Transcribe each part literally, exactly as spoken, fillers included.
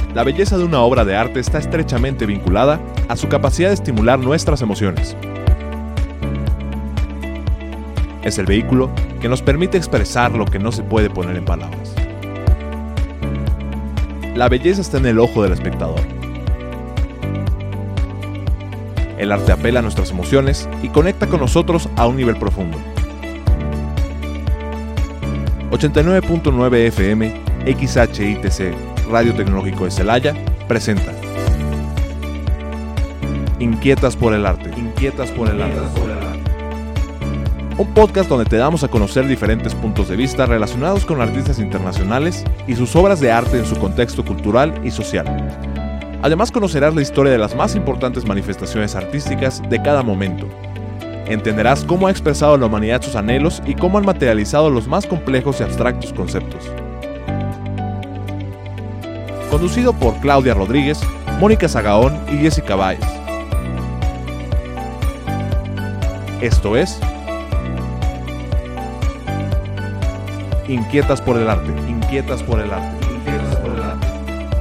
La belleza de una obra de arte está estrechamente vinculada a su capacidad de estimular nuestras emociones. Es el vehículo que nos permite expresar lo que no se puede poner en palabras. La belleza está en el ojo del espectador. El arte apela a nuestras emociones y conecta con nosotros a un nivel profundo. ochenta y nueve punto nueve F M, X H I T C, Radio Tecnológico de Celaya, presenta Inquietas por el arte. Inquietas por el arte. Un podcast donde te damos a conocer diferentes puntos de vista relacionados con artistas internacionales y sus obras de arte en su contexto cultural y social. Además, conocerás la historia de las más importantes manifestaciones artísticas de cada momento. Entenderás cómo ha expresado la humanidad sus anhelos y cómo han materializado los más complejos y abstractos conceptos. Conducido por Claudia Rodríguez, Mónica Sagaón y Jessica Báez. Esto es Inquietas por el arte. Inquietas por el arte. Inquietas por el arte.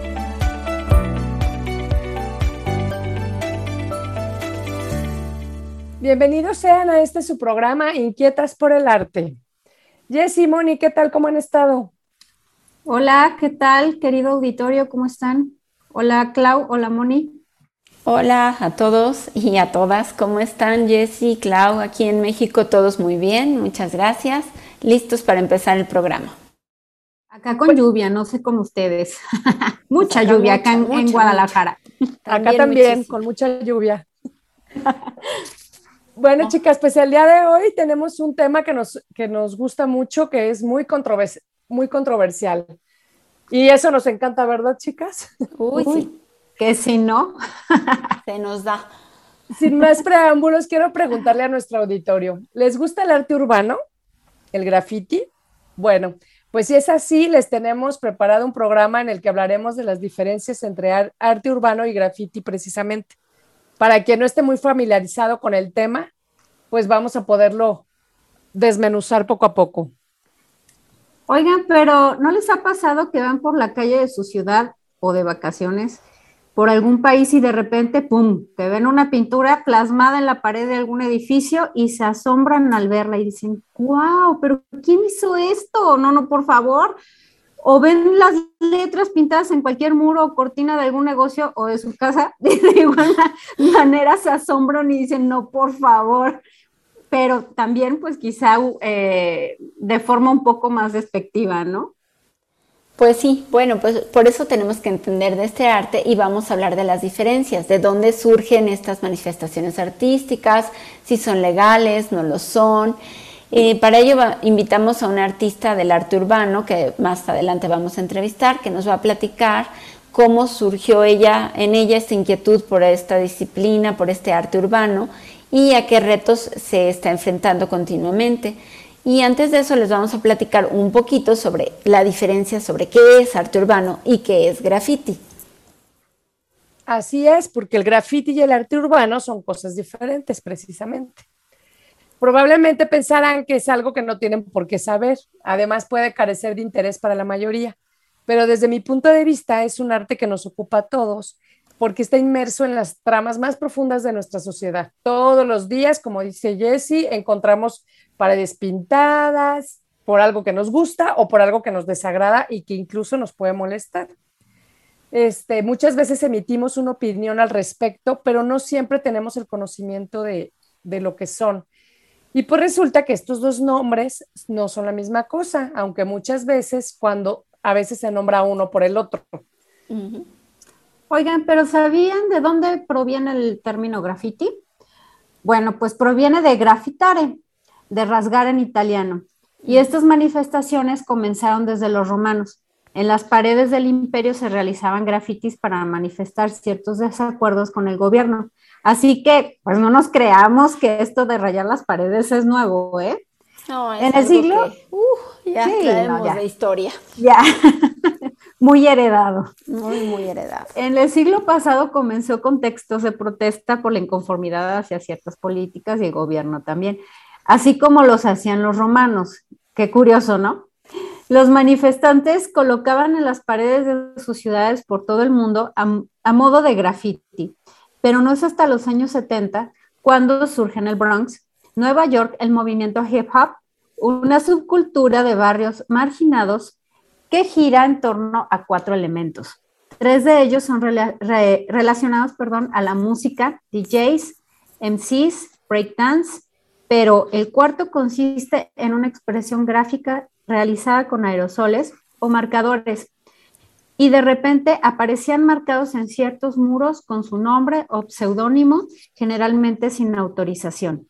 Bienvenidos sean a este su programa Inquietas por el arte. Jessy, Moni, ¿qué tal? ¿Cómo han estado? Hola, ¿qué tal, querido auditorio? ¿Cómo están? Hola, Clau. Hola, Moni. Hola a todos y a todas. ¿Cómo están, Jessy, Clau? Aquí en México todos muy bien. Muchas gracias. Listos para empezar el programa. Acá con lluvia, no sé cómo ustedes. Mucha acá lluvia acá mucha, en, mucha, en Guadalajara. También acá también, muchísimo. Con mucha lluvia. Bueno, no. Chicas, pues el día de hoy tenemos un tema que nos, que nos gusta mucho, que es muy, controvers- muy controversial. Y eso nos encanta, ¿verdad, chicas? Uy, Uy sí. Que si no, se nos da. Sin más preámbulos, quiero preguntarle a nuestro auditorio, ¿les gusta el arte urbano? ¿El graffiti? Bueno, pues si es así, les tenemos preparado un programa en el que hablaremos de las diferencias entre ar- arte urbano y graffiti precisamente. Para quien no esté muy familiarizado con el tema, pues vamos a poderlo desmenuzar poco a poco. Oigan, pero ¿no les ha pasado que van por la calle de su ciudad o de vacaciones por algún país y de repente, pum, que ven una pintura plasmada en la pared de algún edificio y se asombran al verla y dicen, wow, pero ¿quién hizo esto? No, no, por favor. O ven las letras pintadas en cualquier muro o cortina de algún negocio o de su casa, de igual manera se asombran y dicen, no, por favor. Pero también, pues quizá eh, de forma un poco más despectiva, ¿no? Pues sí, bueno, pues por eso tenemos que entender de este arte y vamos a hablar de las diferencias, de dónde surgen estas manifestaciones artísticas, si son legales, no lo son. Eh, para ello va, invitamos a una artista del arte urbano que más adelante vamos a entrevistar, que nos va a platicar cómo surgió ella, en ella esta inquietud por esta disciplina, por este arte urbano y a qué retos se está enfrentando continuamente. Y antes de eso les vamos a platicar un poquito sobre la diferencia sobre qué es arte urbano y qué es graffiti. Así es, porque el graffiti y el arte urbano son cosas diferentes precisamente. Probablemente pensarán que es algo que no tienen por qué saber, además puede carecer de interés para la mayoría, pero desde mi punto de vista es un arte que nos ocupa a todos porque está inmerso en las tramas más profundas de nuestra sociedad. Todos los días, como dice Jessy, encontramos paredes pintadas por algo que nos gusta o por algo que nos desagrada y que incluso nos puede molestar. Este, muchas veces emitimos una opinión al respecto, pero no siempre tenemos el conocimiento de, de lo que son. Y pues resulta que estos dos nombres no son la misma cosa, aunque muchas veces cuando a veces se nombra uno por el otro. Uh-huh. Oigan, pero ¿sabían de dónde proviene el término graffiti? Bueno, pues proviene de graffitare, de rasgar en italiano. Y estas manifestaciones comenzaron desde los romanos. En las paredes del imperio se realizaban grafitis para manifestar ciertos desacuerdos con el gobierno. Así que, pues no nos creamos que esto de rayar las paredes es nuevo, ¿eh? No, es en el siglo que, uh, ya sí, traemos no, ya. de historia. Ya, muy heredado. Muy, muy heredado. En el siglo pasado comenzó con textos de protesta por la inconformidad hacia ciertas políticas y el gobierno también, así como los hacían los romanos. Qué curioso, ¿no? Los manifestantes colocaban en las paredes de sus ciudades por todo el mundo a, a modo de graffiti, pero no es hasta los años setenta cuando surge en el Bronx, Nueva York, el movimiento hip hop, una subcultura de barrios marginados que gira en torno a cuatro elementos. Tres de ellos son rela re relacionados perdón, a la música, D Js, M Cs, breakdance, pero el cuarto consiste en una expresión gráfica realizada con aerosoles o marcadores, y de repente aparecían marcados en ciertos muros con su nombre o pseudónimo, generalmente sin autorización.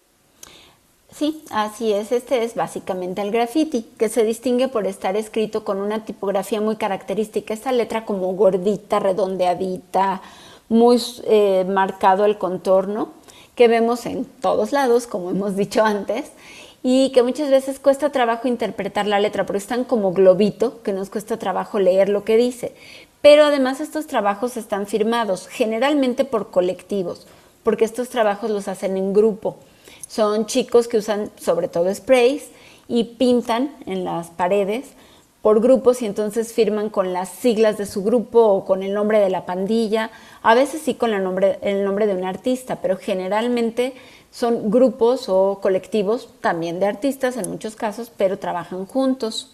Sí, así es. Este es básicamente el graffiti, que se distingue por estar escrito con una tipografía muy característica. Esta letra como gordita, redondeadita, muy eh, marcado el contorno, que vemos en todos lados, como hemos dicho antes, y que muchas veces cuesta trabajo interpretar la letra, porque están como globito, que nos cuesta trabajo leer lo que dice. Pero además estos trabajos están firmados, generalmente por colectivos, porque estos trabajos los hacen en grupo. Son chicos que usan sobre todo sprays y pintan en las paredes por grupos y entonces firman con las siglas de su grupo o con el nombre de la pandilla, a veces sí con el nombre, el nombre de un artista, pero generalmente son grupos o colectivos también de artistas en muchos casos, pero trabajan juntos.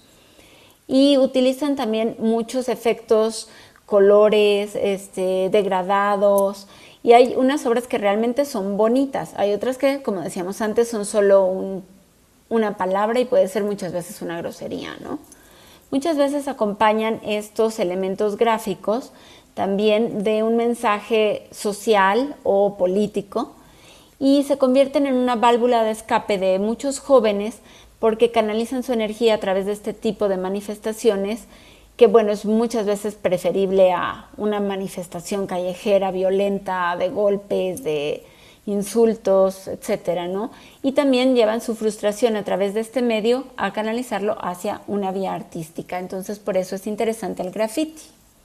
Y utilizan también muchos efectos, colores, este, degradados, y hay unas obras que realmente son bonitas. Hay otras que, como decíamos antes, son solo un, una palabra y puede ser muchas veces una grosería, ¿no? Muchas veces acompañan estos elementos gráficos también de un mensaje social o político y se convierten en una válvula de escape de muchos jóvenes porque canalizan su energía a través de este tipo de manifestaciones que, bueno, es muchas veces preferible a una manifestación callejera, violenta, de golpes, de insultos, etcétera, ¿no? Y también llevan su frustración a través de este medio a canalizarlo hacia una vía artística. Entonces, por eso es interesante el graffiti.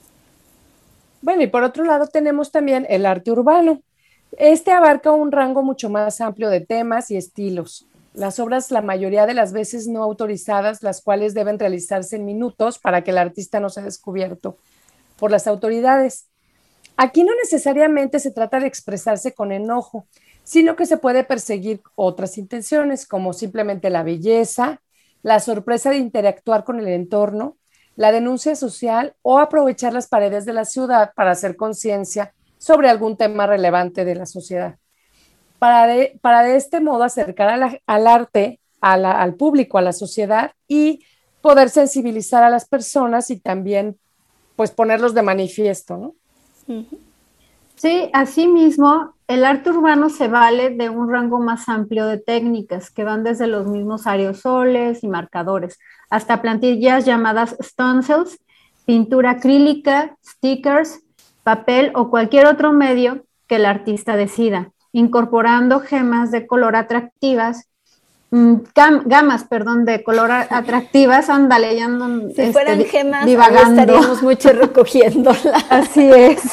Bueno, y por otro lado tenemos también el arte urbano. Este abarca un rango mucho más amplio de temas y estilos. Las obras, la mayoría de las veces no autorizadas, las cuales deben realizarse en minutos para que el artista no sea descubierto por las autoridades. Aquí no necesariamente se trata de expresarse con enojo, sino que se puede perseguir otras intenciones, como simplemente la belleza, la sorpresa de interactuar con el entorno, la denuncia social o aprovechar las paredes de la ciudad para hacer conciencia sobre algún tema relevante de la sociedad. Para de, para de este modo acercar a la, al arte, a la, al público, a la sociedad y poder sensibilizar a las personas y también pues ponerlos de manifiesto, ¿no? Sí, asimismo, el arte urbano se vale de un rango más amplio de técnicas que van desde los mismos aerosoles y marcadores hasta plantillas llamadas stencils, pintura acrílica, stickers, papel o cualquier otro medio que el artista decida, incorporando gemas de color atractivas, gam, gamas, perdón, de color atractivas, ándale, ya ando, si este, fueran gemas, divagando. Estaríamos mucho recogiéndolas. Así es.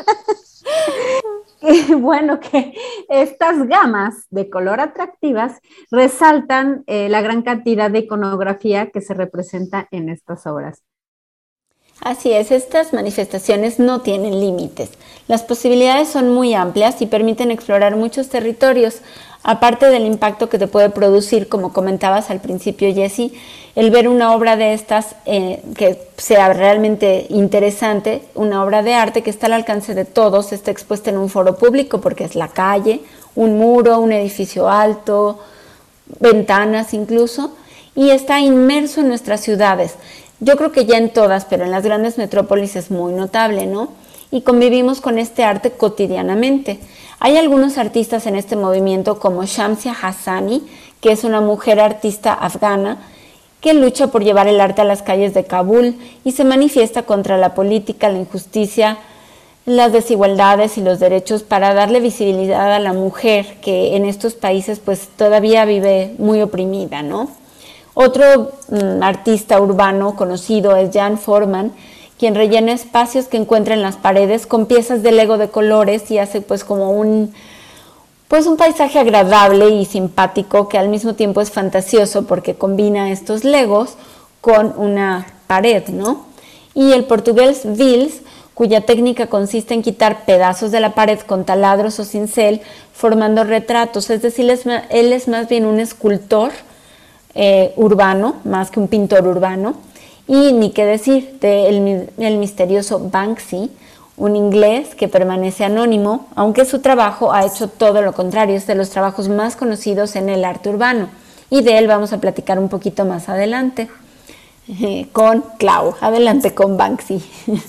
Y bueno, que estas gamas de color atractivas resaltan eh, la gran cantidad de iconografía que se representa en estas obras. Así es, estas manifestaciones no tienen límites. Las posibilidades son muy amplias y permiten explorar muchos territorios, aparte del impacto que te puede producir, como comentabas al principio, Jessie, el ver una obra de estas eh, que sea realmente interesante, una obra de arte que está al alcance de todos, está expuesta en un foro público porque es la calle, un muro, un edificio alto, ventanas incluso, y está inmerso en nuestras ciudades. Yo creo que ya en todas, pero en las grandes metrópolis es muy notable, ¿no? Y convivimos con este arte cotidianamente. Hay algunos artistas en este movimiento como Shamsia Hassani, que es una mujer artista afgana que lucha por llevar el arte a las calles de Kabul y se manifiesta contra la política, la injusticia, las desigualdades y los derechos para darle visibilidad a la mujer que en estos países pues todavía vive muy oprimida, ¿no? Otro um, artista urbano conocido es Jan Forman, quien rellena espacios que encuentra en las paredes con piezas de Lego de colores y hace pues como un, pues un paisaje agradable y simpático que al mismo tiempo es fantasioso porque combina estos Legos con una pared, ¿no? Y el portugués Vils, cuya técnica consiste en quitar pedazos de la pared con taladros o cincel, formando retratos, es decir, él es, él es más bien un escultor eh, urbano, más que un pintor urbano. Y ni qué decir del el misterioso Banksy, un inglés que permanece anónimo, aunque su trabajo ha hecho todo lo contrario, es de los trabajos más conocidos en el arte urbano. Y de él vamos a platicar un poquito más adelante eh, con Clau. Adelante con Banksy.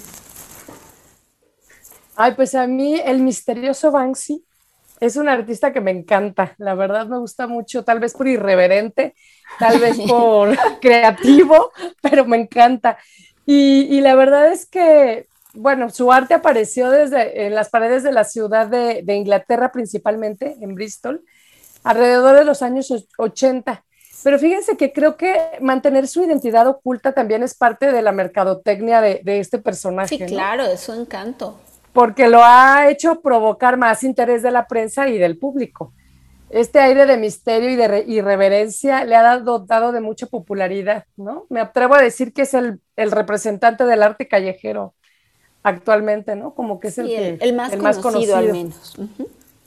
Ay, pues a mí el misterioso Banksy es un artista que me encanta, la verdad me gusta mucho, tal vez por irreverente, tal vez por creativo, pero me encanta. Y, y la verdad es que, bueno, su arte apareció desde en las paredes de la ciudad de, de Inglaterra, principalmente en Bristol, alrededor de los años ochenta. Pero fíjense que creo que mantener su identidad oculta también es parte de la mercadotecnia de, de este personaje. Sí, claro, ¿no? Es su encanto. Porque lo ha hecho provocar más interés de la prensa y del público. Este aire de misterio y de irreverencia le ha dado, dado de mucha popularidad, ¿no? Me atrevo a decir que es el, el representante del arte callejero actualmente, ¿no? Como que es el, sí, que, el, el, más, el conocido, más conocido, al menos. Uh-huh.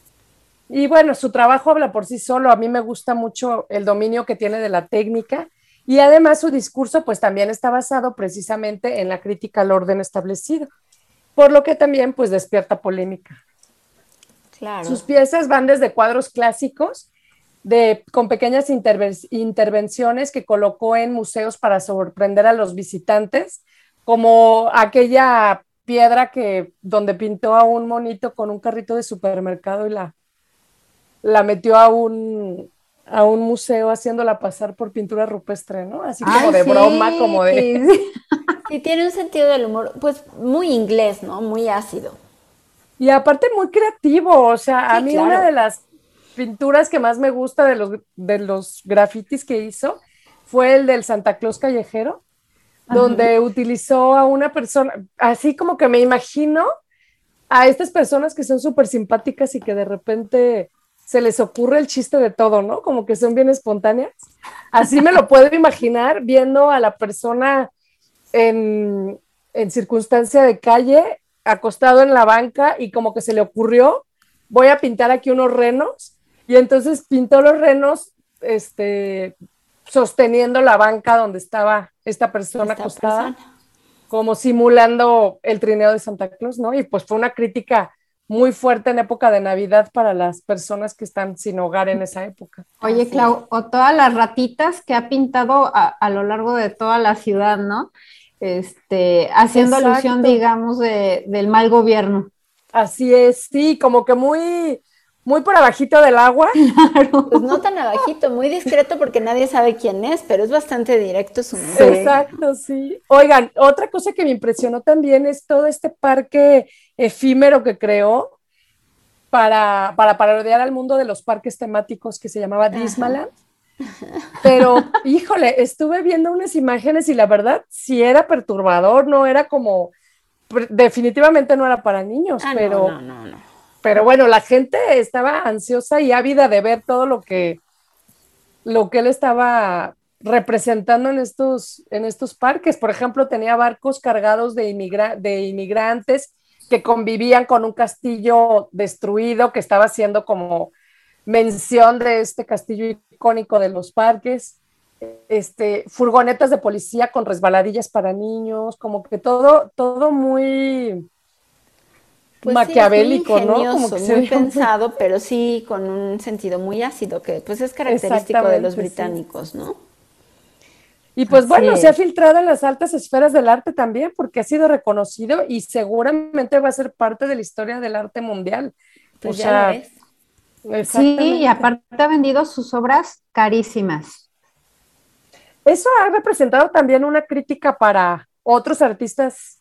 Y bueno, su trabajo habla por sí solo. A mí me gusta mucho el dominio que tiene de la técnica y además su discurso pues también está basado precisamente en la crítica al orden establecido, por lo que también pues despierta polémica. Claro. Sus piezas van desde cuadros clásicos de, con pequeñas interven intervenciones que colocó en museos para sorprender a los visitantes, como aquella piedra que, donde pintó a un monito con un carrito de supermercado y la, la metió a un, a un museo haciéndola pasar por pintura rupestre, ¿no? Así como Ay, de sí. broma, como de... Sí, tiene un sentido del humor, pues muy inglés, ¿no? Muy ácido. Y aparte muy creativo, o sea, sí, a mí claro. Una de las pinturas que más me gusta de los, de los grafitis que hizo fue el del Santa Claus callejero, Ajá. donde utilizó a una persona, así como que me imagino a estas personas que son súper simpáticas y que de repente se les ocurre el chiste de todo, ¿no? Como que son bien espontáneas. Así me lo puedo imaginar viendo a la persona en, en circunstancia de calle, acostado en la banca y como que se le ocurrió, voy a pintar aquí unos renos, y entonces pintó los renos este, sosteniendo la banca donde estaba esta persona esta acostada, persona. Como simulando el trineo de Santa Claus, ¿no? Y pues fue una crítica muy fuerte en época de Navidad para las personas que están sin hogar en esa época. Oye, Clau, o todas las ratitas que ha pintado a, a lo largo de toda la ciudad, ¿no? Este, haciendo Exacto. alusión, digamos, de, del mal gobierno. Así es, sí, como que muy, muy por abajito del agua. Claro. Pues no tan abajito, muy discreto porque nadie sabe quién es, pero es bastante directo su mensaje. Exacto, sí. Oigan, otra cosa que me impresionó también es todo este parque efímero que creó para, para parodiar al mundo de los parques temáticos que se llamaba Ajá. Dismaland. Pero, híjole, estuve viendo unas imágenes y la verdad sí era perturbador, no era como, definitivamente no era para niños, ah, pero, no, no, no, no. pero bueno, la gente estaba ansiosa y ávida de ver todo lo que, lo que él estaba representando en estos, en estos parques. Por ejemplo, tenía barcos cargados de, inmigra de inmigrantes que convivían con un castillo destruido que estaba siendo como mención de este castillo icónico de los parques, este, furgonetas de policía con resbaladillas para niños, como que todo, todo muy pues maquiavélico, sí, muy ¿no? Como que muy pensado, pero sí con un sentido muy ácido, que pues es característico de los británicos, sí. ¿no? Y pues Así bueno, es. se ha filtrado en las altas esferas del arte también, porque ha sido reconocido y seguramente va a ser parte de la historia del arte mundial. Pues o ya sea, lo es. Sí, y aparte ha vendido sus obras carísimas. Eso ha representado también una crítica para otros artistas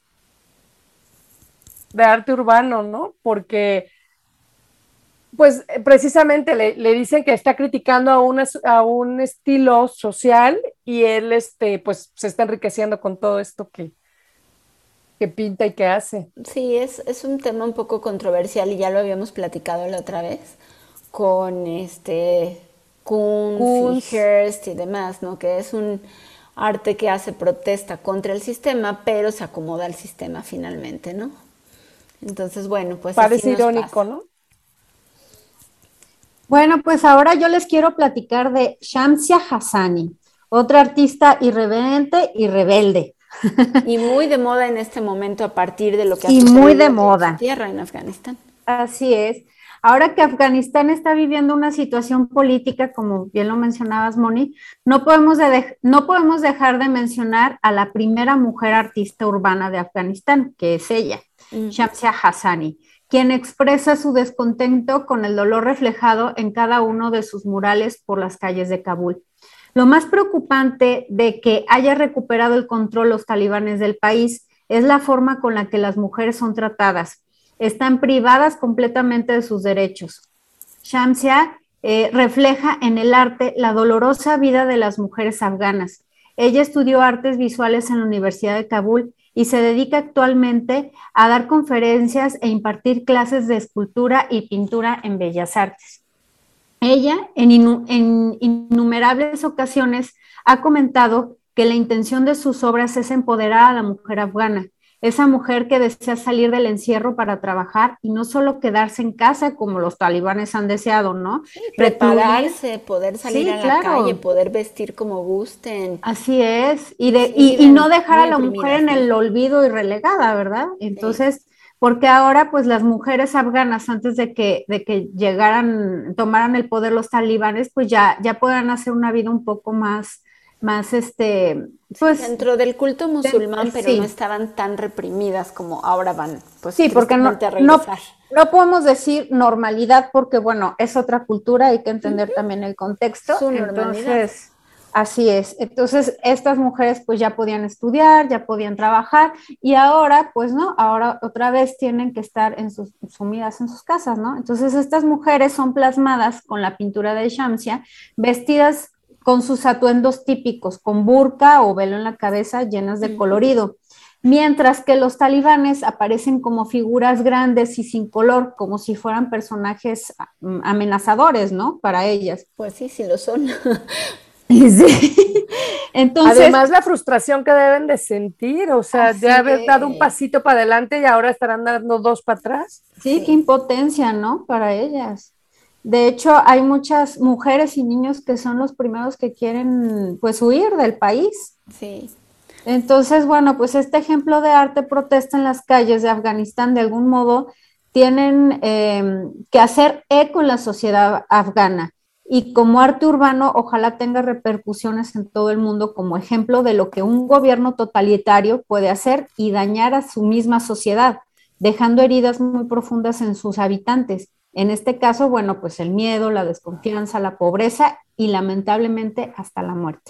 de arte urbano, ¿no? Porque, pues, precisamente le, le dicen que está criticando a, una, a un estilo social y él, este, pues, se está enriqueciendo con todo esto que, que pinta y que hace. Sí, es, es un tema un poco controversial y ya lo habíamos platicado la otra vez con este Kunz, Kunz. y Hearst y demás, ¿no? Que es un, arte que hace protesta contra el sistema, pero se acomoda al sistema finalmente, ¿no? Entonces, bueno, pues parece así nos irónico, pasa. ¿no? Bueno, pues ahora yo les quiero platicar de Shamsia Hassani, otra artista irreverente y rebelde. Y muy de moda en este momento a partir de lo que ha Y sucedido muy de en moda. su tierra, en Afganistán. Así es. Ahora que Afganistán está viviendo una situación política, como bien lo mencionabas, Moni, no podemos, de, no podemos dejar de mencionar a la primera mujer artista urbana de Afganistán, que es ella, mm. Shamsia Hassani, quien expresa su descontento con el dolor reflejado en cada uno de sus murales por las calles de Kabul. Lo más preocupante de que haya recuperado el control los talibanes del país es la forma con la que las mujeres son tratadas. Están privadas completamente de sus derechos. Shamsia eh, refleja en el arte la dolorosa vida de las mujeres afganas. Ella estudió artes visuales en la Universidad de Kabul y se dedica actualmente a dar conferencias e impartir clases de escultura y pintura en Bellas Artes. Ella, en, inu en innumerables ocasiones, ha comentado que la intención de sus obras es empoderar a la mujer afgana, esa mujer que desea salir del encierro para trabajar y no solo quedarse en casa como los talibanes han deseado, ¿no? Sí, prepararse, poder salir sí, a la claro. calle, poder vestir como gusten. Así es, y, de, y, y no dejar a la mujer en el olvido y relegada, ¿verdad? Entonces, sí. porque ahora pues las mujeres afganas antes de que, de que llegaran, tomaran el poder los talibanes, pues ya, ya podrán hacer una vida un poco más... más este pues dentro del culto musulmán, pero sí. no estaban tan reprimidas como ahora van, pues sí, porque no, no, no podemos decir normalidad porque bueno, es otra cultura, hay que entender uh-huh. también el contexto. Su entonces, así es. Entonces, estas mujeres pues ya podían estudiar, ya podían trabajar y ahora pues no, ahora otra vez tienen que estar en sus, sumidas en sus casas, ¿no? Entonces, estas mujeres son plasmadas con la pintura de Shamsia, vestidas con sus atuendos típicos, con burka o velo en la cabeza llenas de colorido, mientras que los talibanes aparecen como figuras grandes y sin color, como si fueran personajes amenazadores, ¿no? Para ellas. Pues sí, sí lo son. Sí. Entonces, además la frustración que deben de sentir, o sea, de haber es. dado un pasito para adelante y ahora estarán dando dos para atrás. Sí, sí, qué impotencia, ¿no? Para ellas. De hecho, hay muchas mujeres y niños que son los primeros que quieren, pues, huir del país. Sí. Entonces, bueno, pues este ejemplo de arte protesta en las calles de Afganistán, de algún modo, tienen eh, que hacer eco en la sociedad afgana. Y como arte urbano, ojalá tenga repercusiones en todo el mundo como ejemplo de lo que un gobierno totalitario puede hacer y dañar a su misma sociedad, dejando heridas muy profundas en sus habitantes. En este caso, bueno, pues el miedo, la desconfianza, la pobreza y lamentablemente hasta la muerte.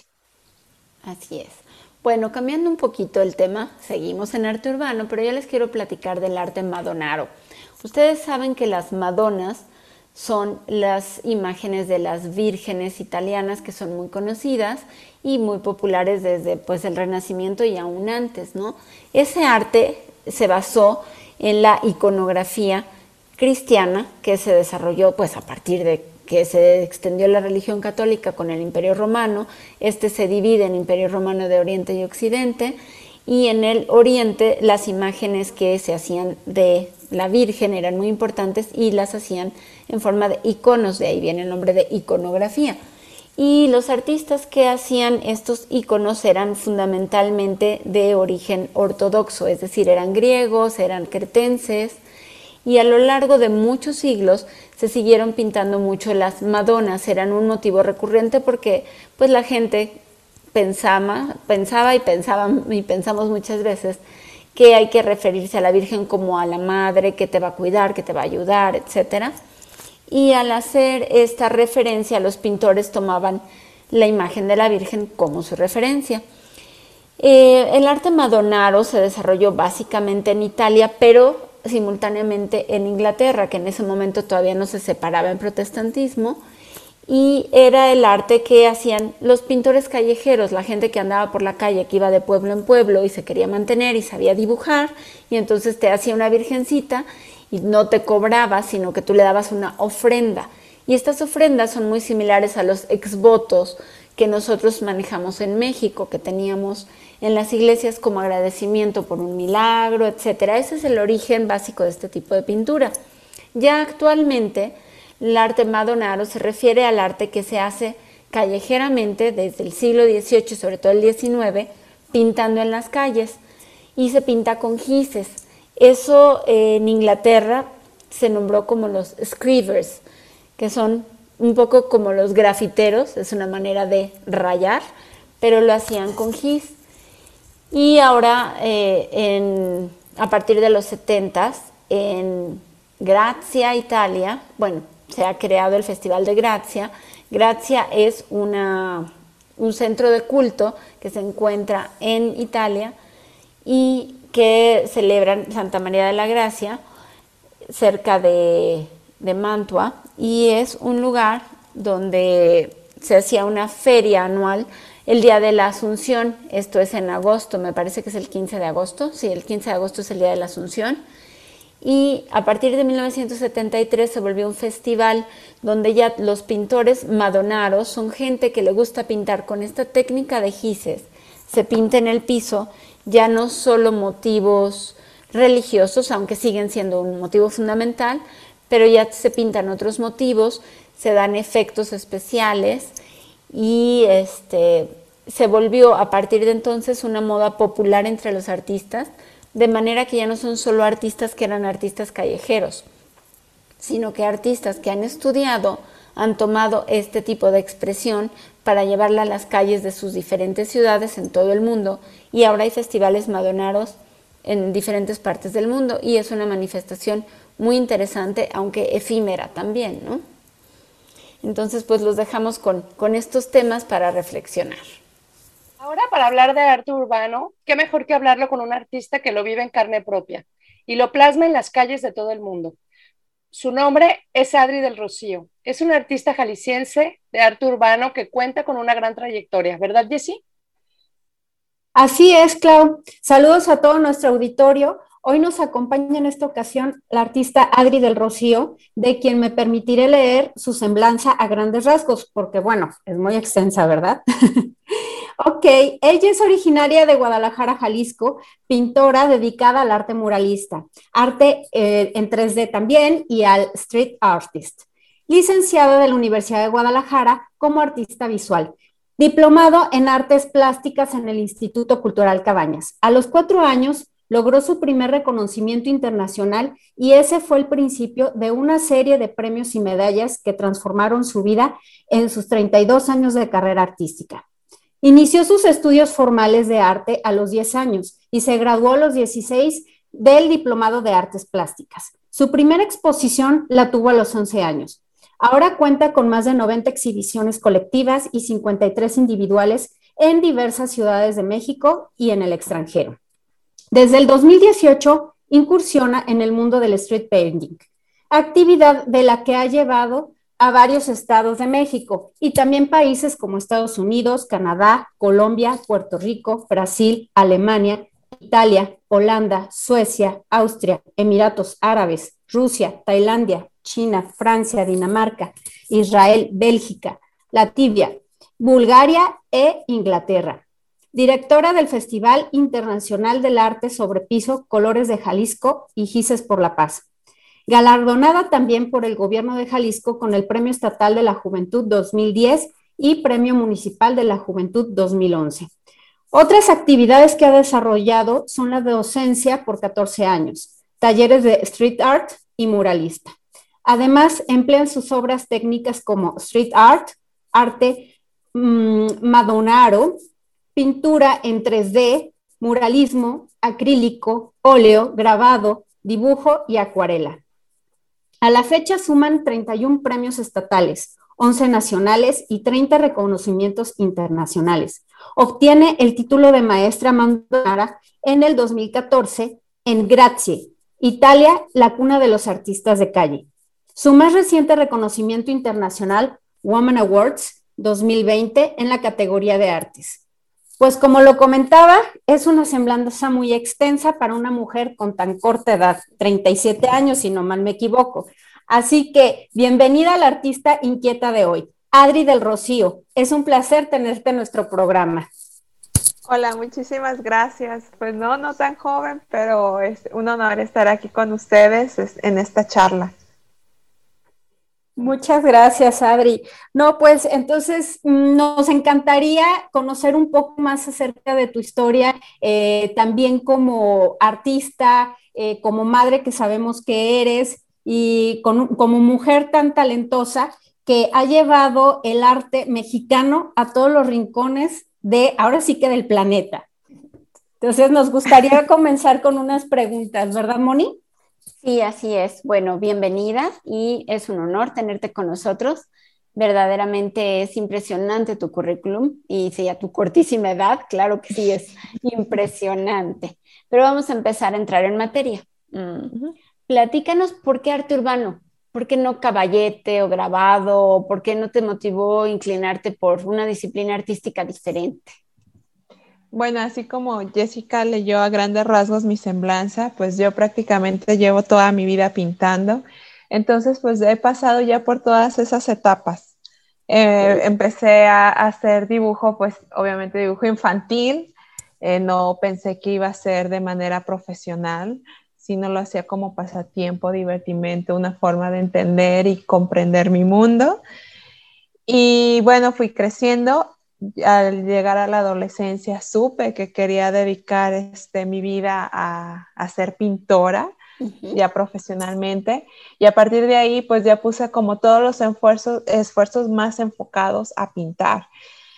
Así es. Bueno, cambiando un poquito el tema, seguimos en arte urbano, pero ya les quiero platicar del arte madonaro. Ustedes saben que las madonas son las imágenes de las vírgenes italianas que son muy conocidas y muy populares desde pues, el Renacimiento y aún antes, ¿no? Ese arte se basó en la iconografía cristiana que se desarrolló pues a partir de que se extendió la religión católica con el Imperio Romano. Este se divide en Imperio Romano de Oriente y Occidente, y en el Oriente las imágenes que se hacían de la Virgen eran muy importantes y las hacían en forma de iconos, de ahí viene el nombre de iconografía. Y los artistas que hacían estos iconos eran fundamentalmente de origen ortodoxo, es decir, eran griegos, eran cretenses, y a lo largo de muchos siglos se siguieron pintando mucho las madonas, eran un motivo recurrente porque pues la gente pensaba, pensaba y pensaba y pensamos muchas veces que hay que referirse a la Virgen como a la madre que te va a cuidar, que te va a ayudar, etcétera. Y al hacer esta referencia, los pintores tomaban la imagen de la Virgen como su referencia. Eh, el arte madonaro se desarrolló básicamente en Italia, pero simultáneamente en Inglaterra, que en ese momento todavía no se separaba en protestantismo, y era el arte que hacían los pintores callejeros, la gente que andaba por la calle, que iba de pueblo en pueblo y se quería mantener y sabía dibujar, y entonces te hacía una virgencita y no te cobraba, sino que tú le dabas una ofrenda. Y estas ofrendas son muy similares a los exvotos que nosotros manejamos en México, que teníamos en las iglesias como agradecimiento por un milagro, etcétera. Ese es el origen básico de este tipo de pintura. Ya actualmente, el arte madonaro se refiere al arte que se hace callejeramente desde el siglo dieciocho y sobre todo el diecinueve, pintando en las calles, y se pinta con gises. Eso eh, en Inglaterra se nombró como los scrivers, que son un poco como los grafiteros, es una manera de rayar, pero lo hacían con gis. Y ahora, eh, en, a partir de los setentas, en Grazia, Italia, bueno, se ha creado el Festival de Grazia. Grazia es una, un centro de culto que se encuentra en Italia y que celebran Santa María de la Gracia, cerca de, de Mantua, y es un lugar donde se hacía una feria anual el día de la Asunción. Esto es en agosto, me parece que es el quince de agosto, sí, el quince de agosto es el día de la Asunción, y a partir de mil novecientos setenta y tres se volvió un festival donde ya los pintores madonaros son gente que le gusta pintar con esta técnica de gises. Se pinta en el piso ya no solo motivos religiosos, aunque siguen siendo un motivo fundamental, pero ya se pintan otros motivos, se dan efectos especiales y este, se volvió a partir de entonces una moda popular entre los artistas, de manera que ya no son solo artistas que eran artistas callejeros, sino que artistas que han estudiado han tomado este tipo de expresión para llevarla a las calles de sus diferentes ciudades en todo el mundo, y ahora hay festivales madonaros en diferentes partes del mundo y es una manifestación muy interesante, aunque efímera también, ¿no? Entonces, pues los dejamos con, con estos temas para reflexionar. Ahora, para hablar de arte urbano, qué mejor que hablarlo con un artista que lo vive en carne propia y lo plasma en las calles de todo el mundo. Su nombre es Adri del Rocío. Es un artista jalisciense de arte urbano que cuenta con una gran trayectoria, ¿verdad, Jessie? Así es, Clau. Saludos a todo nuestro auditorio. Hoy nos acompaña en esta ocasión la artista Adri del Rocío, de quien me permitiré leer su semblanza a grandes rasgos, porque bueno, es muy extensa, ¿verdad? Ok, ella es originaria de Guadalajara, Jalisco, pintora dedicada al arte muralista, arte eh, en tres D también y al street artist. Licenciada de la Universidad de Guadalajara como artista visual. Diplomado en artes plásticas en el Instituto Cultural Cabañas. A los cuatro años logró su primer reconocimiento internacional y ese fue el principio de una serie de premios y medallas que transformaron su vida en sus treinta y dos años de carrera artística. Inició sus estudios formales de arte a los diez años y se graduó a los dieciséis del Diplomado de Artes Plásticas. Su primera exposición la tuvo a los once años. Ahora cuenta con más de noventa exhibiciones colectivas y cincuenta y tres individuales en diversas ciudades de México y en el extranjero. Desde el dos mil dieciocho incursiona en el mundo del street painting, actividad de la que ha llevado a varios estados de México y también países como Estados Unidos, Canadá, Colombia, Puerto Rico, Brasil, Alemania, Italia, Holanda, Suecia, Austria, Emiratos Árabes, Rusia, Tailandia, China, Francia, Dinamarca, Israel, Bélgica, Latvia, Bulgaria e Inglaterra. Directora del Festival Internacional del Arte sobre Piso Colores de Jalisco y Gises por la Paz. Galardonada también por el Gobierno de Jalisco con el Premio Estatal de la Juventud dos mil diez y Premio Municipal de la Juventud dos mil once. Otras actividades que ha desarrollado son la docencia por catorce años, talleres de street art y muralista. Además, emplean sus obras técnicas como street art, arte mmm, madonaro, pintura en tres D, muralismo, acrílico, óleo, grabado, dibujo y acuarela. A la fecha suman treinta y uno premios estatales, once nacionales y treinta reconocimientos internacionales. Obtiene el título de maestra madonara en el dos mil catorce en Grazie, Italia, la cuna de los artistas de calle. Su más reciente reconocimiento internacional, Women Awards dos mil veinte, en la categoría de artes. Pues como lo comentaba, es una semblanza muy extensa para una mujer con tan corta edad, treinta y siete años, si no mal me equivoco. Así que, bienvenida a la artista inquieta de hoy. Adri del Rocío. Es un placer tenerte en nuestro programa. Hola, muchísimas gracias. Pues no, no tan joven, pero es un honor estar aquí con ustedes en esta charla. Muchas gracias, Adri. No, pues entonces nos encantaría conocer un poco más acerca de tu historia, eh, también como artista, eh, como madre que sabemos que eres y con, como mujer tan talentosa que ha llevado el arte mexicano a todos los rincones de, ahora sí que del planeta. Entonces nos gustaría comenzar con unas preguntas, ¿verdad, Moni? Sí, así es. Bueno, bienvenida y es un honor tenerte con nosotros. Verdaderamente es impresionante tu currículum y sí, a tu cortísima edad, claro que sí, es impresionante. Pero vamos a empezar a entrar en materia. Mm. Uh-huh. Platícanos por qué arte urbano, por qué no caballete o grabado, por qué no te motivó inclinarte por una disciplina artística diferente. Bueno, así como Jessica leyó a grandes rasgos mi semblanza, pues yo prácticamente llevo toda mi vida pintando. Entonces, pues he pasado ya por todas esas etapas. Eh, empecé a, a hacer dibujo, pues obviamente dibujo infantil. Eh, no pensé que iba a ser de manera profesional, sino lo hacía como pasatiempo, divertimento, una forma de entender y comprender mi mundo. Y bueno, fui creciendo. Al llegar a la adolescencia supe que quería dedicar este, mi vida a, a ser pintora, uh-huh. ya profesionalmente, y a partir de ahí pues ya puse como todos los esfuerzos, esfuerzos más enfocados a pintar.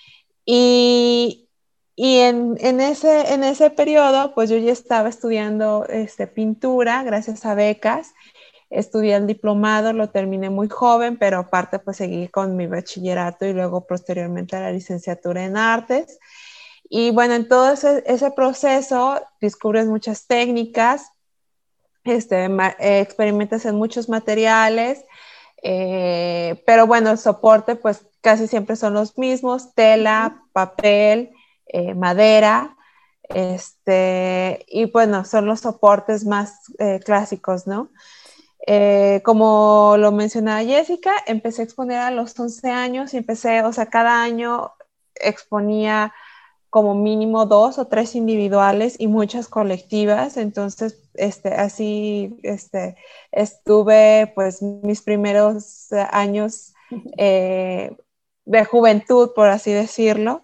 Y, y en, en, ese, en ese periodo pues yo ya estaba estudiando este, pintura gracias a becas. Estudié el diplomado, lo terminé muy joven, pero aparte pues seguí con mi bachillerato y luego posteriormente la licenciatura en artes. Y bueno, en todo ese, ese proceso descubres muchas técnicas, este, eh, experimentas en muchos materiales, eh, pero bueno, el soporte pues casi siempre son los mismos: tela, papel, eh, madera, este, y bueno, son los soportes más eh, clásicos, ¿no? Eh, como lo mencionaba Jessica, empecé a exponer a los once años y empecé, o sea, cada año exponía como mínimo dos o tres individuales y muchas colectivas. Entonces, este, así este, estuve pues mis primeros años eh, de juventud, por así decirlo.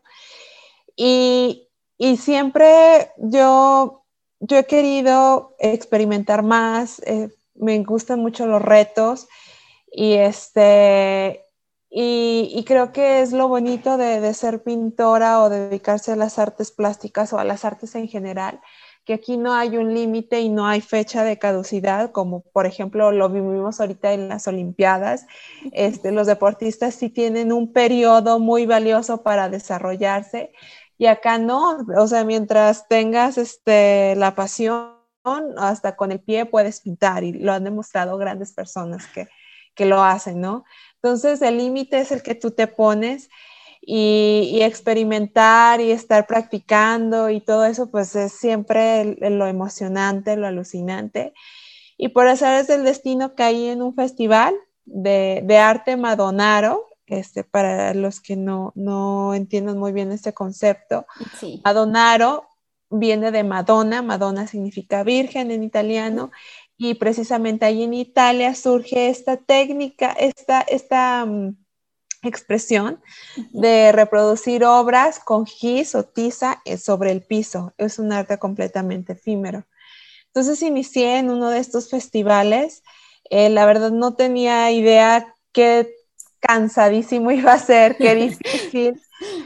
Y, y siempre yo, yo he querido experimentar más, eh, me gustan mucho los retos y, este, y, y creo que es lo bonito de, de ser pintora o de dedicarse a las artes plásticas o a las artes en general, que aquí no hay un límite y no hay fecha de caducidad, como por ejemplo lo vivimos ahorita en las Olimpiadas. Este, los deportistas sí tienen un periodo muy valioso para desarrollarse y acá no, o sea, mientras tengas este, la pasión, hasta con el pie puedes pintar, y lo han demostrado grandes personas que, que lo hacen, ¿no? Entonces el límite es el que tú te pones, y, y experimentar y estar practicando y todo eso pues es siempre el, el, lo emocionante, lo alucinante. Y por azares del destino caí en un festival de, de arte Madonaro. Este, para los que no, no entiendan muy bien este concepto, sí. Madonaro viene de Madonna, Madonna significa virgen en italiano, y precisamente ahí en Italia surge esta técnica, esta, esta um, expresión de reproducir obras con gis o tiza sobre el piso. Es un arte completamente efímero. Entonces inicié en uno de estos festivales, eh, la verdad no tenía idea qué cansadísimo iba a ser, qué difícil,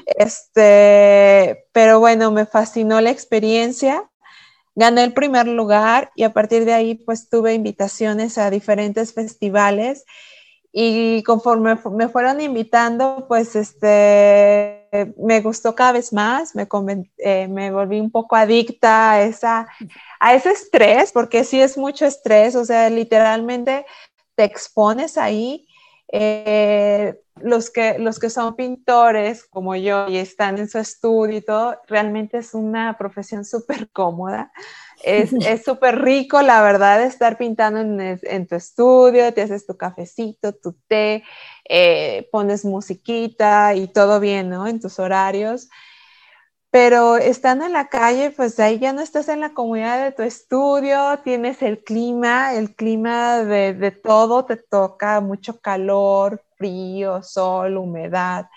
este, pero bueno, me fascinó la experiencia. Gané el primer lugar y a partir de ahí pues tuve invitaciones a diferentes festivales, y conforme me fueron invitando pues este, me gustó cada vez más, me, conven- eh, me volví un poco adicta a, esa, a ese estrés, porque sí es mucho estrés, o sea, literalmente te expones ahí. Eh, los, que, los que son pintores como yo y están en su estudio y todo, realmente es una profesión súper cómoda. Es súper rico, la verdad, estar pintando en, en tu estudio, te haces tu cafecito, tu té, eh, pones musiquita y todo bien, ¿no? En tus horarios. Pero estando en la calle, pues ahí ya no estás en la comodidad de tu estudio, tienes el clima, el clima de, de todo te toca, mucho calor, frío, sol, humedad,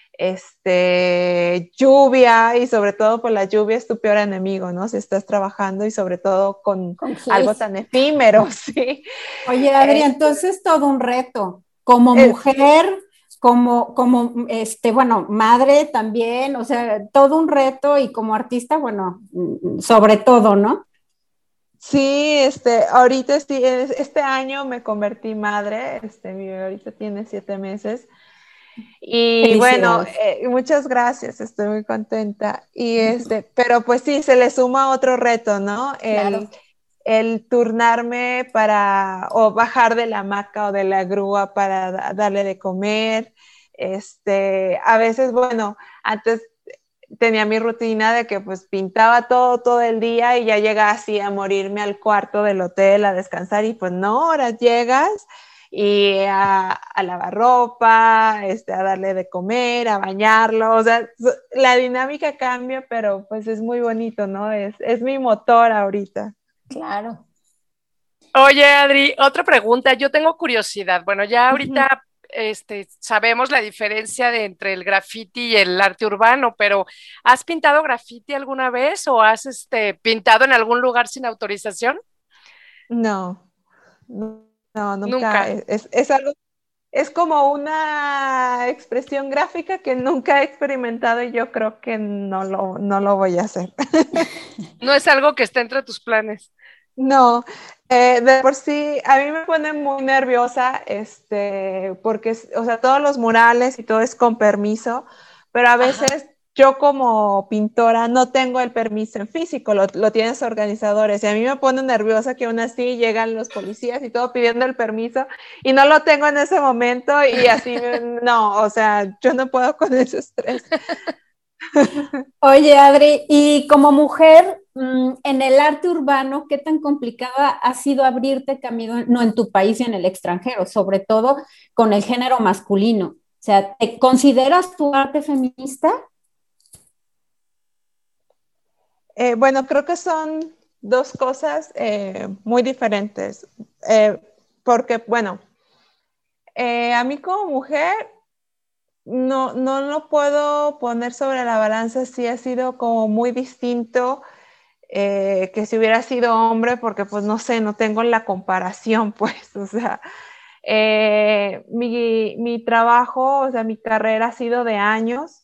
este, lluvia, y sobre todo por la lluvia es tu peor enemigo, ¿no? Si estás trabajando y sobre todo con, Con algo Gis. tan efímero, ¿sí? Oye, Adri, Eh, entonces todo un reto. Como eh, mujer, como, como, este, bueno, madre también, o sea, todo un reto y como artista, bueno, mm, sobre todo, ¿no? sí, este, ahorita sí, es- este año me convertí madre, este, mi bebé ahorita tiene siete meses. Y bueno, Felicidades. eh, muchas gracias, estoy muy contenta. Y este, pero pues sí, se le suma otro reto, ¿no? El, Claro. el turnarme para, o bajar de la hamaca o de la grúa para da- darle de comer. Este, a veces, bueno, antes tenía mi rutina de que pues pintaba todo, todo el día y ya llegaba así a morirme al cuarto del hotel a descansar y pues no, ahora llegas y a, a lavar ropa, este, a darle de comer, a bañarlo, o sea, la dinámica cambia, pero pues es muy bonito, ¿no? Es, es mi motor ahorita. Claro. Oye, Adri, otra pregunta. Yo tengo curiosidad. Bueno, ya Ujú. ahorita este, sabemos la diferencia de entre el graffiti y el arte urbano, pero ¿has pintado graffiti alguna vez o has este, pintado en algún lugar sin autorización? No, no, no, nunca, Nunca. es, es, es algo, es como una expresión gráfica que nunca he experimentado y yo creo que no lo, no lo voy a hacer. No es algo que esté entre tus planes. No, eh, de por sí, a mí me pone muy nerviosa, este, porque, o sea, todos los murales y todo es con permiso, pero a Ajá. veces yo como pintora no tengo el permiso en físico, lo, lo tienen los organizadores, y a mí me pone nerviosa que aún así llegan los policías y todo pidiendo el permiso, y no lo tengo en ese momento, y así, no, o sea, yo no puedo con ese estrés. Oye, Adri, y como mujer, mm, en el arte urbano, ¿qué tan complicada ha sido abrirte camino, no en tu país y en el extranjero, sobre todo con el género masculino? O sea, ¿te consideras tu arte feminista? Eh, bueno, creo que son dos cosas eh, muy diferentes, eh, porque, bueno, eh, a mí como mujer no, no lo puedo poner sobre la balanza si ha sido como muy distinto eh, que si hubiera sido hombre, porque pues no sé, no tengo la comparación, pues, o sea, eh, mi, mi trabajo, o sea, mi carrera ha sido de años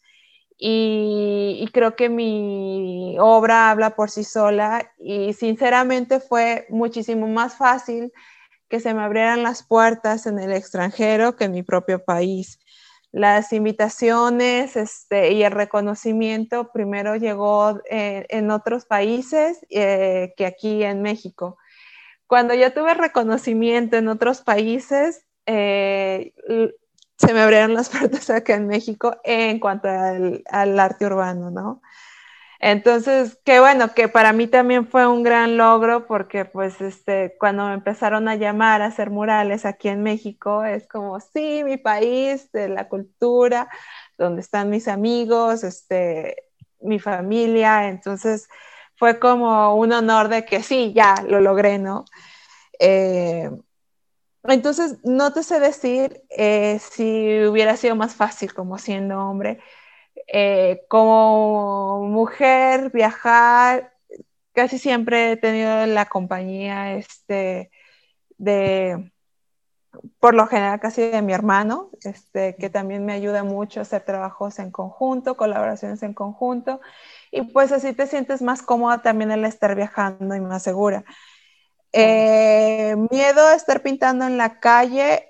y, y creo que mi obra habla por sí sola y sinceramente fue muchísimo más fácil que se me abrieran las puertas en el extranjero que en mi propio país. Las invitaciones este, y el reconocimiento primero llegó eh, en otros países eh, que aquí en México. Cuando yo tuve reconocimiento en otros países, eh, se me abrieron las puertas acá en México en cuanto al, al arte urbano, ¿no? Entonces, qué bueno, que para mí también fue un gran logro porque pues este, cuando me empezaron a llamar a hacer murales aquí en México, es como, sí, mi país, de la cultura, donde están mis amigos, este, mi familia, entonces fue como un honor de que sí, ya lo logré, ¿no? Eh, entonces, no te sé decir eh, si hubiera sido más fácil como siendo hombre. Eh, como mujer, viajar, casi siempre he tenido la compañía este, de, por lo general, casi de mi hermano, este, que también me ayuda mucho a hacer trabajos en conjunto, colaboraciones en conjunto, y pues así te sientes más cómoda también al estar viajando y más segura. Claro. Eh, miedo a estar pintando en la calle,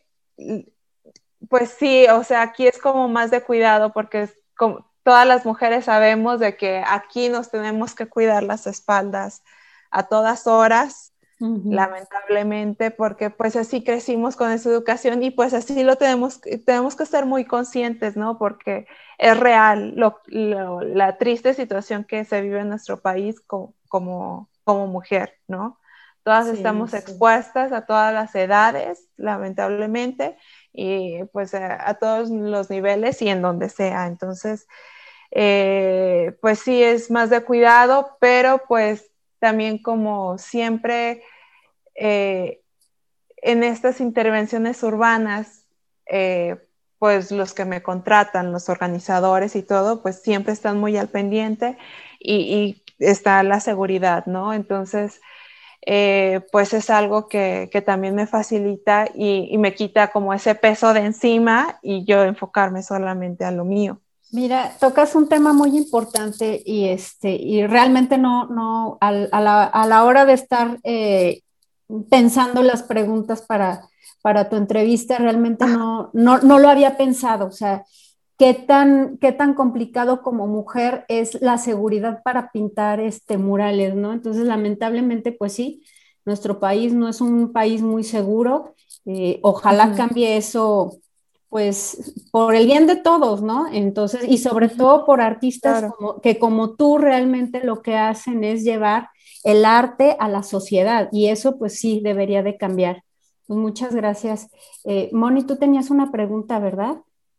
pues sí, o sea, aquí es como más de cuidado porque es como, todas las mujeres sabemos de que aquí nos tenemos que cuidar las espaldas a todas horas, Ujú. lamentablemente, porque pues así crecimos con esa educación y pues así lo tenemos, tenemos que estar muy conscientes, ¿no? Porque es real lo, lo, la triste situación que se vive en nuestro país como, como como mujer, ¿no? Todas Sí, estamos sí. expuestas a todas las edades, lamentablemente, y pues a, a todos los niveles y en donde sea. Entonces, eh, pues sí es más de cuidado, pero pues también como siempre eh, en estas intervenciones urbanas, eh, pues los que me contratan, los organizadores y todo, pues siempre están muy al pendiente y, y está la seguridad, ¿no? Entonces, eh, pues es algo que, que también me facilita y, y me quita como ese peso de encima y yo enfocarme solamente a lo mío. Mira, tocas un tema muy importante y, este, y realmente no, no, al- a, la, a la hora de estar eh, pensando las preguntas para, para tu entrevista, realmente no, no, no lo había pensado. O sea, qué tan, qué tan complicado como mujer es la seguridad para pintar este, murales, ¿no? Entonces, lamentablemente, pues sí, nuestro país no es un país muy seguro. Eh, ojalá Ujú. cambie eso pues por el bien de todos, ¿no? Entonces, y sobre todo por artistas Claro. como, que como tú realmente lo que hacen es llevar el arte a la sociedad y eso pues sí debería de cambiar. Pues muchas gracias. Eh, Moni, tú tenías una pregunta, ¿verdad?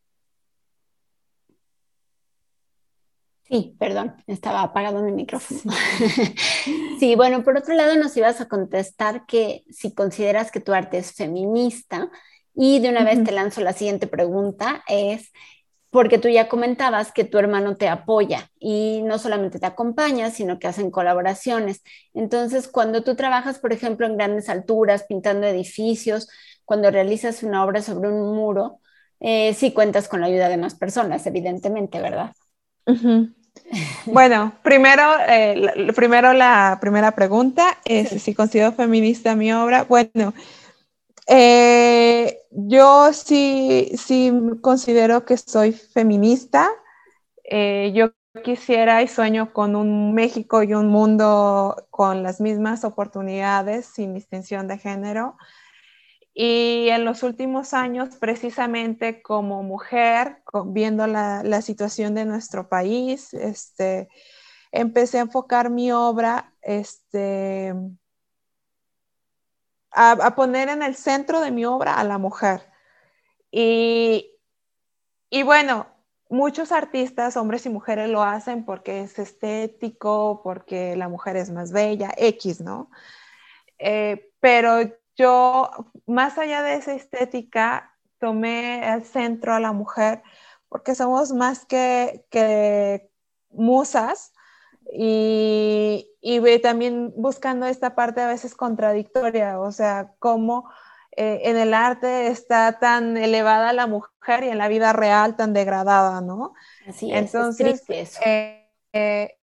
Sí, perdón, estaba apagado mi micrófono. Sí. Sí, bueno, por otro lado nos ibas a contestar que si consideras que tu arte es feminista y de una vez Ujú. te lanzo la siguiente pregunta, es porque tú ya comentabas que tu hermano te apoya y no solamente te acompaña, sino que hacen colaboraciones. Entonces, cuando tú trabajas, por ejemplo, en grandes alturas, pintando edificios, cuando realizas una obra sobre un muro, eh, sí cuentas con la ayuda de más personas, evidentemente, ¿verdad? Ujú. Bueno, primero, eh, la, primero la primera pregunta es Sí. si considero feminista mi obra. Bueno, eh, yo sí, sí considero que soy feminista. Eh, yo quisiera y sueño con un México y un mundo con las mismas oportunidades, sin distinción de género. Y en los últimos años, precisamente como mujer, viendo la, la situación de nuestro país, este, empecé a enfocar mi obra este, a, a, poner en el centro de mi obra a la mujer. Y, y bueno, muchos artistas, hombres y mujeres, lo hacen porque es estético, porque la mujer es más bella, X, ¿no? Eh, pero yo, más allá de esa estética, tomé al centro a la mujer porque somos más que, que musas y, y también buscando esta parte a veces contradictoria, o sea, cómo eh, en el arte está tan elevada la mujer y en la vida real tan degradada, ¿no? Así es, es Entonces, triste eso. eh, eh,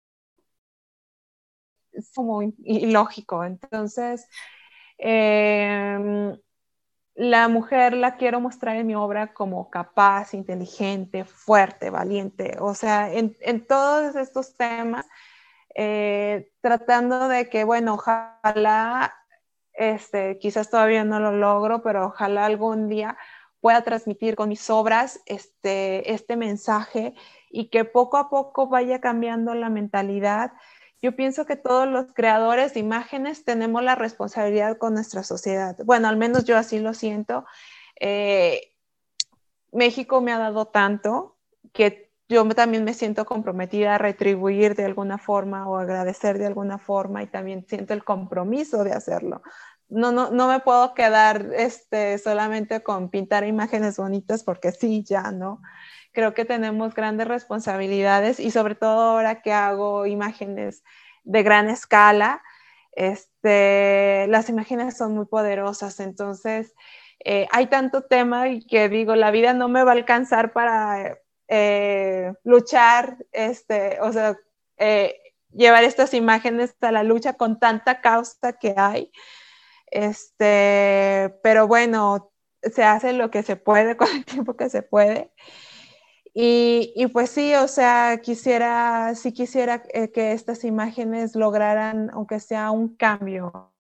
es como ilógico. Entonces, eh, la mujer la quiero mostrar en mi obra como capaz, inteligente, fuerte, valiente, o sea, en, en todos estos temas, eh, tratando de que, bueno, ojalá, este, quizás todavía no lo logro, pero ojalá algún día pueda transmitir con mis obras este, este mensaje y que poco a poco vaya cambiando la mentalidad. Yo pienso que todos los creadores de imágenes tenemos la responsabilidad con nuestra sociedad. Bueno, al menos yo así lo siento. Eh, México me ha dado tanto que yo también me siento comprometida a retribuir de alguna forma o agradecer de alguna forma y también siento el compromiso de hacerlo. No, no, no me puedo quedar este, solamente con pintar imágenes bonitas porque sí, ya, ¿no? Creo que tenemos grandes responsabilidades y sobre todo ahora que hago imágenes de gran escala, este, las imágenes son muy poderosas, entonces eh, hay tanto tema y que digo, la vida no me va a alcanzar para eh, luchar, este, o sea, eh, llevar estas imágenes a la lucha con tanta causa que hay, este, pero bueno, se hace lo que se puede con el tiempo que se puede. Y, y pues sí, o sea, quisiera, sí quisiera eh, que estas imágenes lograran, aunque sea un cambio,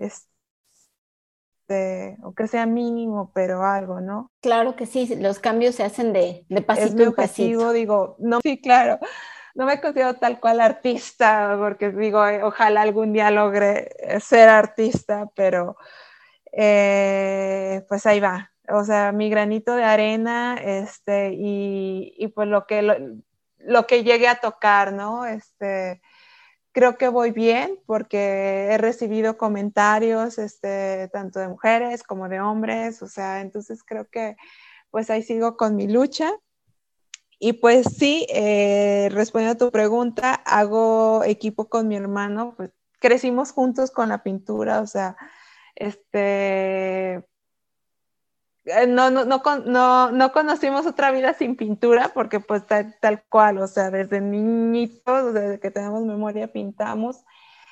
este, aunque sea mínimo, pero algo, ¿no? Claro que sí, los cambios se hacen de, de Es pasito mi en pasito. objetivo, digo, no, sí, claro, no me considero tal cual artista, porque digo, ojalá algún día logre ser artista, pero eh, pues ahí va. O sea, mi granito de arena, este, y, y pues lo que, lo, lo que llegue a tocar, ¿no? Este, creo que voy bien porque he recibido comentarios, este, tanto de mujeres como de hombres, o sea, entonces creo que pues ahí sigo con mi lucha. Y pues sí, eh, respondiendo a tu pregunta, hago equipo con mi hermano, pues crecimos juntos con la pintura, o sea, este, no, no, no, no, no conocimos otra vida sin pintura, porque pues tal, tal cual, o sea, desde niñitos, desde que tenemos memoria, pintamos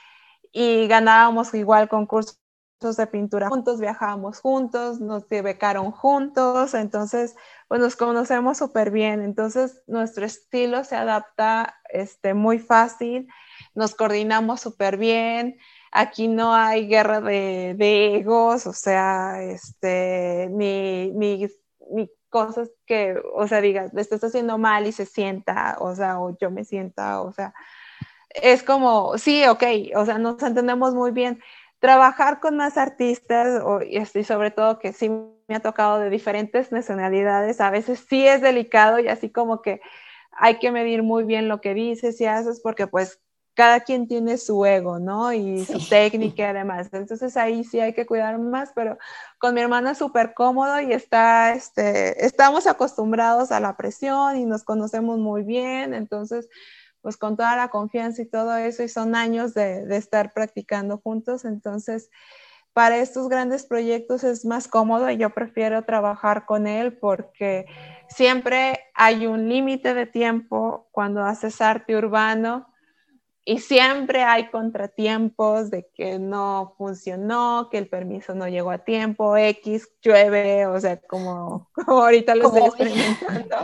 y ganábamos igual concursos de pintura juntos, viajábamos juntos, nos becaron juntos, entonces pues nos conocemos súper bien, entonces nuestro estilo se adapta este, muy fácil, nos coordinamos súper bien, aquí no hay guerra de, de egos, o sea, este, ni, ni, ni cosas que, o sea, digas, le estás haciendo mal y se sienta, o sea, o yo me sienta, o sea, es como, sí, ok, o sea, nos entendemos muy bien. Trabajar con más artistas o, y, y sobre todo que sí me ha tocado de diferentes nacionalidades, a veces sí es delicado y así como que hay que medir muy bien lo que dices y haces porque pues cada quien tiene su ego, ¿no? Y sí. Su técnica y además. Entonces ahí sí hay que cuidar más, pero con mi hermana es súper cómodo y está, este, estamos acostumbrados a la presión y nos conocemos muy bien, entonces pues con toda la confianza y todo eso, y son años de, de estar practicando juntos, entonces para estos grandes proyectos es más cómodo y yo prefiero trabajar con él porque siempre hay un límite de tiempo cuando haces arte urbano y siempre hay contratiempos de que no funcionó, que el permiso no llegó a tiempo, X, llueve, o sea, como, como ahorita lo estoy experimentando.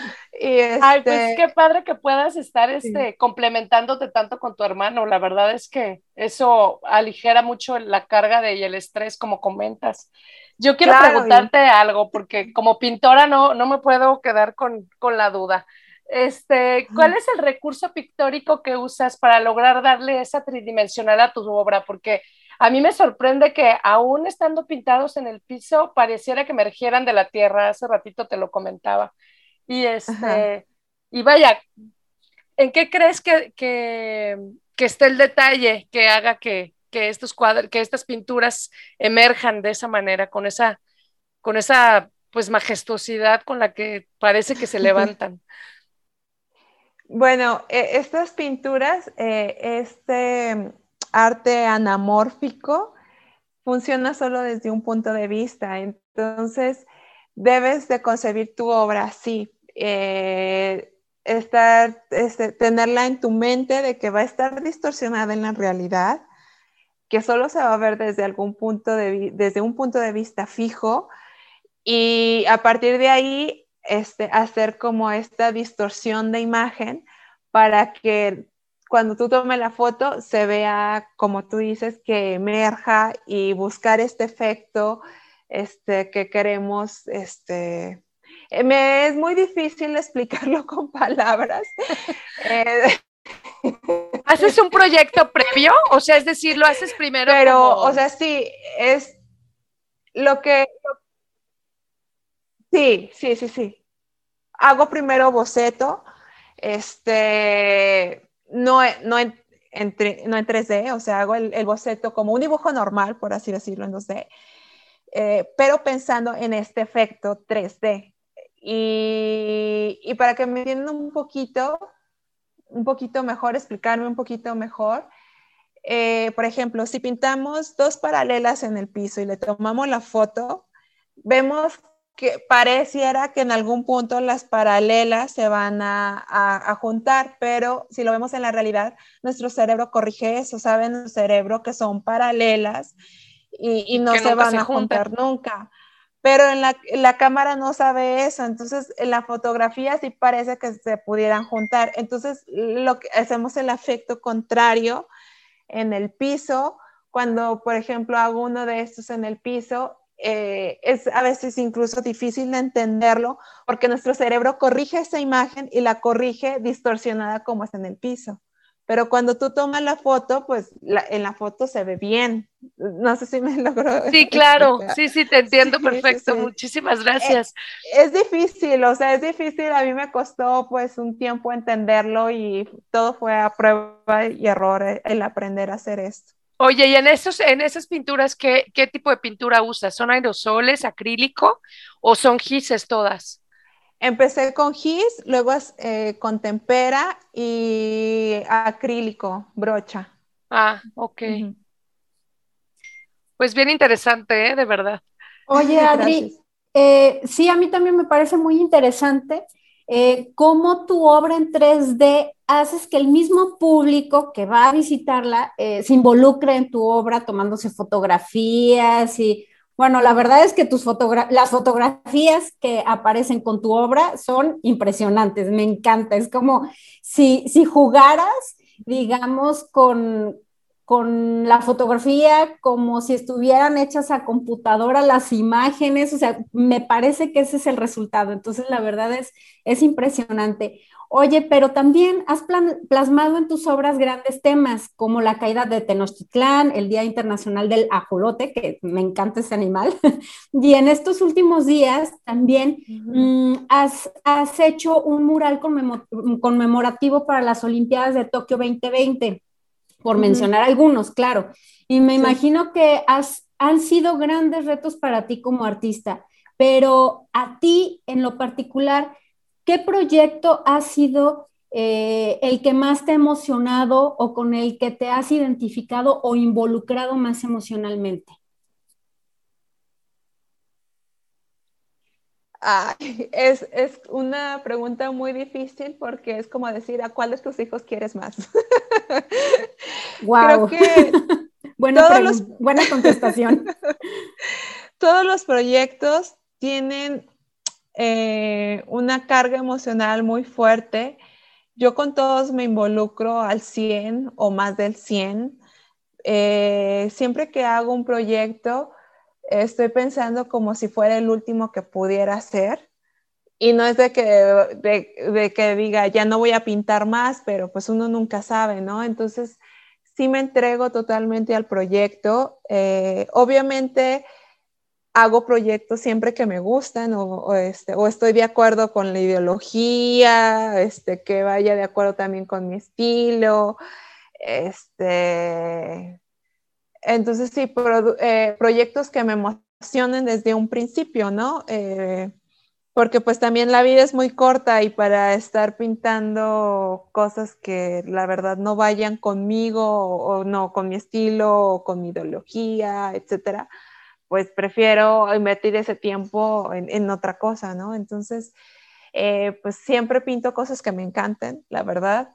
Y este... Ay, pues qué padre que puedas estar este, sí. complementándote tanto con tu hermano. La verdad es que eso aligera mucho la carga de, y el estrés, como comentas. Yo quiero claro, preguntarte y... algo, porque como pintora no, no me puedo quedar con, con la duda. Este, ¿cuál es el recurso pictórico que usas para lograr darle esa tridimensional a tu obra? Porque a mí me sorprende que aún estando pintados en el piso, pareciera que emergieran de la tierra. Hace ratito te lo comentaba. Y este, y vaya, ¿en qué crees que, que, que esté el detalle que haga que, que estos cuadros, que estas pinturas emerjan de esa manera, con esa, con esa pues majestuosidad con la que parece que se levantan? Bueno, eh, estas pinturas, eh, este arte anamórfico, funciona solo desde un punto de vista, entonces debes de concebir tu obra así, eh, estar, este, tenerla en tu mente de que va a estar distorsionada en la realidad, que solo se va a ver desde algún punto de, desde un punto de vista fijo y a partir de ahí este, hacer como esta distorsión de imagen para que cuando tú tomes la foto se vea, como tú dices, que emerja y buscar este efecto este, que queremos. Este, me es muy difícil explicarlo con palabras. eh, ¿Haces un proyecto previo? O sea, es decir, lo haces primero Pero, como... o sea, sí, es lo que... Sí, sí, sí, sí. Hago primero boceto, este, no, no, en, en, no en tres D, o sea, hago el, el boceto como un dibujo normal, por así decirlo, en dos D, eh, pero pensando en este efecto tres D. Y, y para que me entiendan un poquito, un poquito mejor, explicarme un poquito mejor, eh, por ejemplo, si pintamos dos paralelas en el piso y le tomamos la foto, vemos que pareciera que en algún punto las paralelas se van a, a, a, juntar, pero si lo vemos en la realidad, nuestro cerebro corrige eso, sabe nuestro cerebro que son paralelas y, y no se van se a juntar nunca. Pero en la, en la cámara no sabe eso, entonces en la fotografía sí parece que se pudieran juntar. Entonces lo que hacemos el efecto contrario en el piso. Cuando, por ejemplo, hago uno de estos en el piso, eh, es a veces incluso difícil de entenderlo porque nuestro cerebro corrige esa imagen y la corrige distorsionada como está en el piso. Pero cuando tú tomas la foto, pues la, en la foto se ve bien. No sé si me logró. Sí, claro. explicar. Sí, sí, te entiendo Sí, perfecto. sí, sí. Muchísimas gracias. Es, es difícil, o sea, es difícil. A mí me costó pues un tiempo entenderlo y todo fue a prueba y error el aprender a hacer esto. Oye, y en esos, en esas pinturas, ¿qué, qué tipo de pintura usas? ¿Son aerosoles, acrílico o son gises todas? Empecé con gis, luego eh, con tempera y acrílico, brocha. Ah, ok. Uh-huh. Pues bien interesante, ¿eh? De verdad. Oye, Adri, eh, sí, a mí también me parece muy interesante eh, cómo tu obra en tres D haces que el mismo público que va a visitarla eh, se involucre en tu obra tomándose fotografías y bueno, la verdad es que tus fotogra- las fotografías que aparecen con tu obra son impresionantes, me encanta, es como si, si jugaras, digamos, con, con la fotografía como si estuvieran hechas a computadora las imágenes, o sea, me parece que ese es el resultado, entonces la verdad es, es impresionante. Oye, pero también has plan- plasmado en tus obras grandes temas, como la caída de Tenochtitlán, el Día Internacional del Ajolote, que me encanta ese animal, y en estos últimos días también uh-huh. mmm, has, has hecho un mural conmemo- conmemorativo para las Olimpiadas de Tokio veinte veinte, por uh-huh. mencionar algunos, claro. Y me sí. imagino que has, han sido grandes retos para ti como artista, pero a ti en lo particular, ¿qué proyecto ha sido eh, el que más te ha emocionado o con el que te has identificado o involucrado más emocionalmente? Ay, es, es una pregunta muy difícil porque es como decir, ¿a cuál de tus hijos quieres más? Wow. Creo que buena, todos los... buena contestación. Todos los proyectos tienen eh, una carga emocional muy fuerte. Yo con todos me involucro al cien o más del cien. Eh, siempre que hago un proyecto, estoy pensando como si fuera el último que pudiera hacer. Y no es de que, de, de que diga, ya no voy a pintar más, pero pues uno nunca sabe, ¿no? Entonces, sí me entrego totalmente al proyecto. Eh, obviamente, hago proyectos siempre que me gustan o, o, este, o estoy de acuerdo con la ideología, este, que vaya de acuerdo también con mi estilo. Este, entonces, sí, pro, eh, proyectos que me emocionen desde un principio, ¿no? Eh, porque pues también la vida es muy corta y para estar pintando cosas que la verdad no vayan conmigo o, o no con mi estilo o con mi ideología, etcétera, pues prefiero invertir ese tiempo en, en otra cosa, ¿no? Entonces, eh, pues siempre pinto cosas que me encanten, la verdad.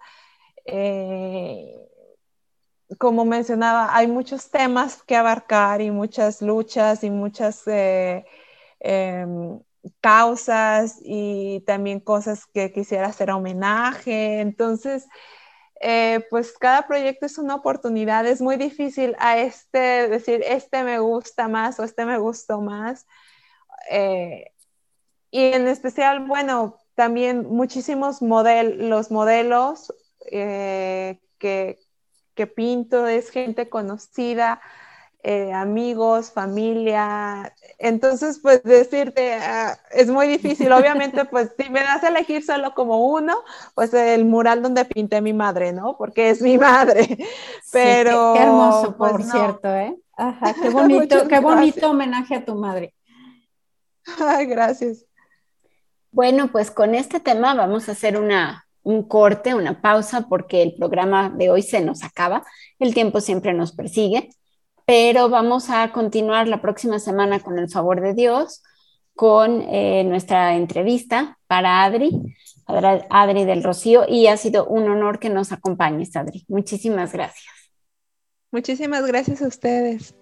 Eh, como mencionaba, hay muchos temas que abarcar y muchas luchas y muchas eh, eh, causas y también cosas que quisiera hacer homenaje. Entonces, eh, pues cada proyecto es una oportunidad. Es muy difícil a este decir, este me gusta más o este me gustó más. Eh, y en especial, bueno, también muchísimos model, los modelos eh, que, que pinto es gente conocida, eh, amigos, familia. Entonces, pues decirte, uh, es muy difícil. Obviamente, pues si me das a elegir solo como uno, pues el mural donde pinté a mi madre, ¿no? Porque es mi madre. Pero, sí, qué, qué hermoso, por pues, no. cierto, ¿eh? Ajá, qué bonito, qué bonito homenaje a tu madre. Ay, gracias. Bueno, pues con este tema vamos a hacer una, un corte, una pausa, porque el programa de hoy se nos acaba. El tiempo siempre nos persigue, pero vamos a continuar la próxima semana con el favor de Dios, con eh, nuestra entrevista para Adri, para Adri del Rocío, y ha sido un honor que nos acompañes, Adri. Muchísimas gracias. Muchísimas gracias a ustedes.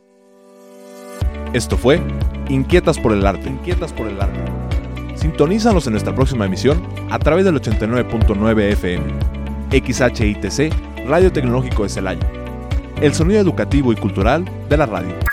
Esto fue Inquietas por el Arte. Inquietas por el Arte. Sintonízanos en nuestra próxima emisión a través del ochenta y nueve punto nueve F M, X H I T C, Radio Tecnológico de Celaya. El sonido educativo y cultural de la radio.